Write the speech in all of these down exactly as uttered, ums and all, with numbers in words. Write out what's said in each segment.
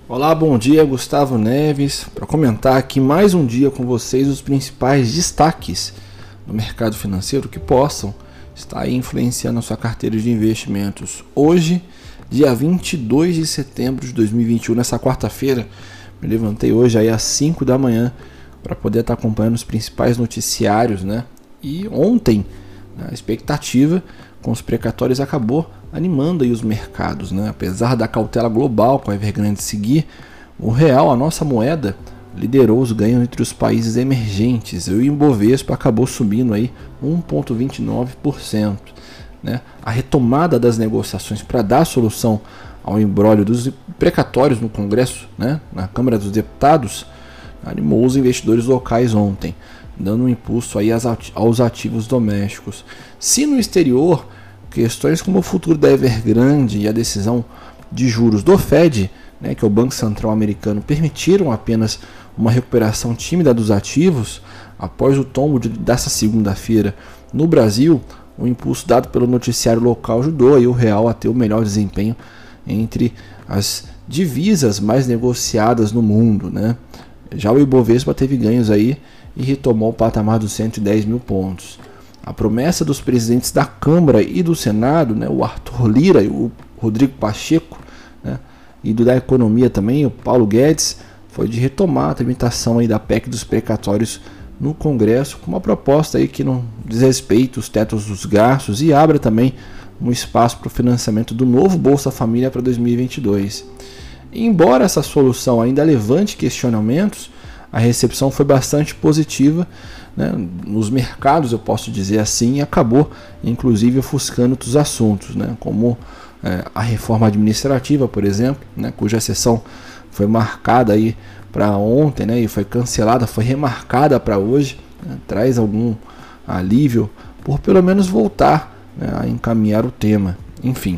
Olá, bom dia, Gustavo Neves, para comentar aqui mais um dia com vocês os principais destaques do mercado financeiro que possam estar aí influenciando a sua carteira de investimentos. Hoje, dia vinte e dois de setembro de dois mil e vinte e um, nessa quarta-feira, me levantei hoje aí às cinco da manhã para poder estar acompanhando os principais noticiários, né? E ontem, a expectativa com os precatórios acabou animando aí os mercados, né? Apesar da cautela global com a Evergrande seguir, o real, a nossa moeda, liderou os ganhos entre os países emergentes. E o Ibovespa acabou subindo aí um vírgula vinte e nove por cento, né? A retomada das negociações para dar solução ao imbróglio dos precatórios no Congresso, né, na Câmara dos Deputados, animou os investidores locais ontem, dando um impulso aí aos ativos domésticos. Se no exterior, questões como o futuro da Evergrande e a decisão de juros do Fed, né, que é o Banco Central Americano, permitiram apenas uma recuperação tímida dos ativos, após o tombo de, dessa segunda-feira no Brasil, o impulso dado pelo noticiário local ajudou aí o real a ter o melhor desempenho entre as divisas mais negociadas no mundo, né? Já o Ibovespa teve ganhos aí e retomou o patamar dos cento e dez mil pontos. A promessa dos presidentes da Câmara e do Senado, né, o Arthur Lira e o Rodrigo Pacheco, né, e do da Economia também, o Paulo Guedes, foi de retomar a tramitação aí da P E C dos precatórios no Congresso, com uma proposta aí que não desrespeita os tetos dos gastos e abre também um espaço para o financiamento do novo Bolsa Família para dois mil e vinte e dois. Embora essa solução ainda levante questionamentos, a recepção foi bastante positiva, né, nos mercados, eu posso dizer assim, e acabou inclusive ofuscando outros assuntos, né, como é, a reforma administrativa, por exemplo, né, cuja sessão foi marcada aí para ontem, né, e foi cancelada, foi remarcada para hoje, né, traz algum alívio por pelo menos voltar, né, a encaminhar o tema. Enfim,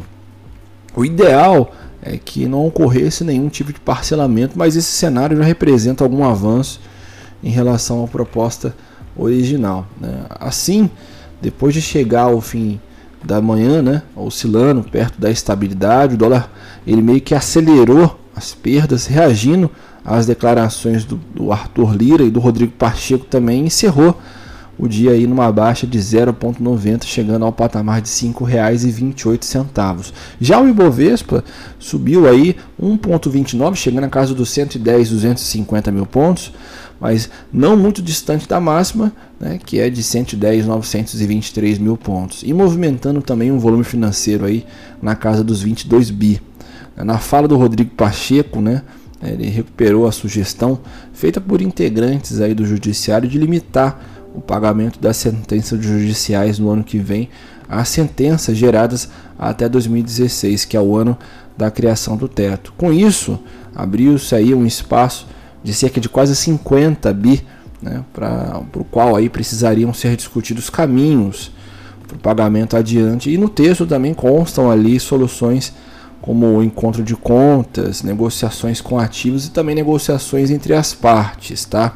o ideal é que não ocorresse nenhum tipo de parcelamento, mas esse cenário já representa algum avanço em relação à proposta original, né? Assim, depois de chegar ao fim da manhã, né, oscilando perto da estabilidade, o dólar ele meio que acelerou as perdas, reagindo às declarações do, do Arthur Lira e do Rodrigo Pacheco também, encerrou o dia aí numa baixa de zero vírgula noventa, chegando ao patamar de cinco reais e vinte e oito centavos. Já o Ibovespa subiu aí um vírgula vinte e nove, chegando na casa dos cento e dez, duzentos e cinquenta mil pontos, mas não muito distante da máxima, né, que é de cento e dez, novecentos e vinte e três mil pontos, e movimentando também um volume financeiro aí na casa dos vinte e dois bi. Na fala do Rodrigo Pacheco, né, ele recuperou a sugestão feita por integrantes aí do judiciário de limitar o pagamento das sentenças judiciais no ano que vem às sentenças geradas até dois mil e dezesseis, que é o ano da criação do teto. Com isso, abriu-se aí um espaço de cerca de quase cinquenta bi, né, para o qual aí precisariam ser discutidos caminhos para o pagamento adiante. E no texto também constam ali soluções como o encontro de contas, negociações com ativos e também negociações entre as partes, tá?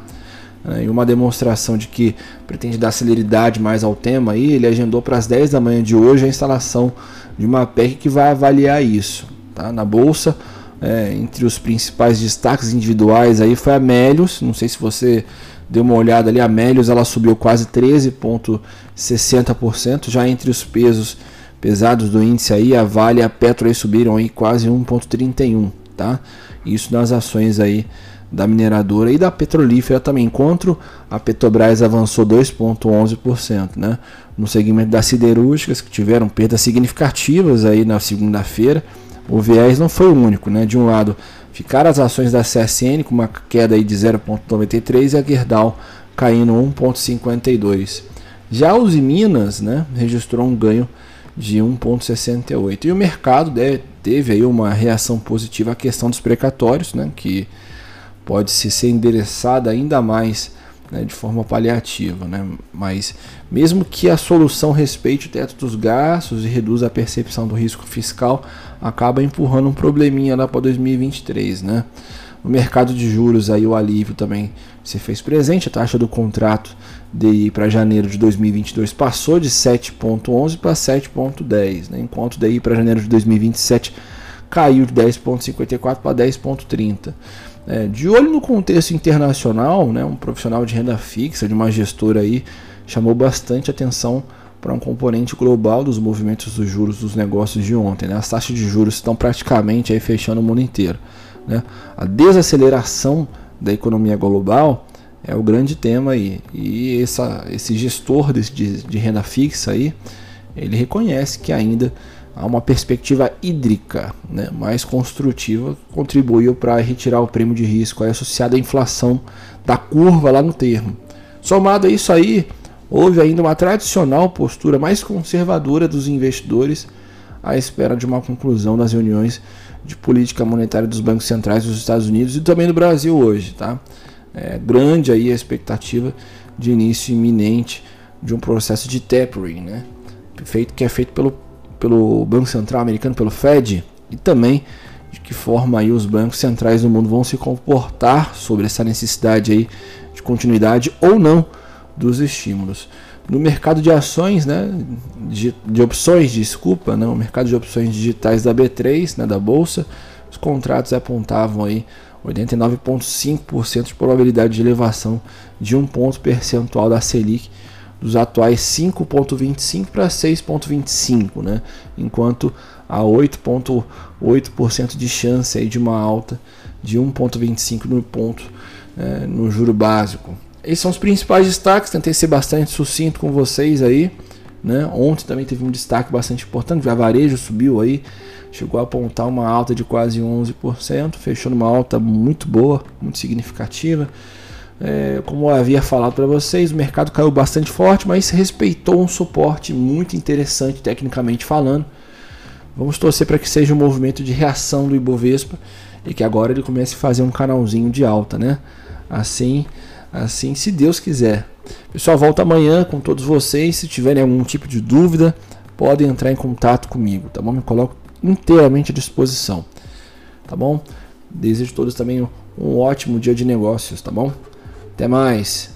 E uma demonstração de que pretende dar celeridade mais ao tema, aí, ele agendou para as dez da manhã de hoje a instalação de uma P E C que vai avaliar isso, tá? Na Bolsa, é, entre os principais destaques individuais aí foi a Melius. Não sei se você deu uma olhada ali, a Melius ela subiu quase treze vírgula sessenta por cento, já entre os pesos pesados do índice aí, a Vale e a Petro aí subiram aí quase um vírgula trinta e um, tá? Isso nas ações aí da mineradora e da petrolífera também, enquanto a Petrobras avançou dois vírgula onze por cento, né? No segmento das siderúrgicas, que tiveram perdas significativas aí na segunda-feira, o viés não foi o único, né? De um lado, ficaram as ações da C S N com uma queda aí de zero vírgula noventa e três e a Gerdau caindo um vírgula cinquenta e dois. Já os Minas, né, registrou um ganho de um vírgula sessenta e oito. E o mercado deve, teve aí uma reação positiva à questão dos precatórios, né, que pode ser endereçada ainda mais, né, de forma paliativa, né? Mas mesmo que a solução respeite o teto dos gastos e reduza a percepção do risco fiscal, acaba empurrando um probleminha lá para dois mil e vinte e três, né? No mercado de juros aí o alívio também se fez presente. A taxa do contrato D I para janeiro de dois mil e vinte e dois passou de sete vírgula onze para sete vírgula dez, né? Enquanto o D I para janeiro de dois mil e vinte e sete caiu de dez vírgula cinquenta e quatro para dez vírgula trinta. É, de olho no contexto internacional, né, um profissional de renda fixa, de uma gestora aí, chamou bastante atenção para um componente global dos movimentos dos juros dos negócios de ontem, né? As taxas de juros estão praticamente aí fechando o mundo inteiro, né? A desaceleração da economia global é o grande tema aí, e essa, esse gestor de, de, de renda fixa aí, ele reconhece que ainda há uma perspectiva hídrica, né, mais construtiva, contribuiu para retirar o prêmio de risco aí associado à inflação da curva lá no termo. Somado a isso aí, houve ainda uma tradicional postura mais conservadora dos investidores à espera de uma conclusão das reuniões de política monetária dos bancos centrais dos Estados Unidos e também do Brasil hoje, tá? É grande aí a expectativa de início iminente de um processo de tapering, né? Feito, que é feito pelo, pelo Banco Central americano, pelo Fed, e também de que forma aí os bancos centrais do mundo vão se comportar sobre essa necessidade aí de continuidade ou não dos estímulos. No mercado de ações, né, de, de opções, desculpa, né, o mercado de opções digitais da B três, né, da Bolsa, os contratos apontavam aí oitenta e nove vírgula cinco por cento de probabilidade de elevação de um ponto percentual da Selic, dos atuais cinco vírgula vinte e cinco para seis vírgula vinte e cinco, né? Enquanto há oito vírgula oito por cento de chance aí de uma alta de um vírgula vinte e cinco no ponto, né, no juro básico. Esses são os principais destaques, tentei ser bastante sucinto com vocês aí, né? Ontem também teve um destaque bastante importante, o varejo subiu aí, chegou a apontar uma alta de quase onze por cento, fechou numa alta muito boa, muito significativa. É, como eu havia falado para vocês, o mercado caiu bastante forte, mas respeitou um suporte muito interessante tecnicamente falando. Vamos torcer para que seja um movimento de reação do Ibovespa e que agora ele comece a fazer um canalzinho de alta, né? Assim, assim, se Deus quiser. Pessoal, volta amanhã com todos vocês. Se tiverem algum tipo de dúvida, podem entrar em contato comigo, tá bom? Me coloco inteiramente à disposição, tá bom? Desejo a todos também um ótimo dia de negócios, tá bom? Até mais!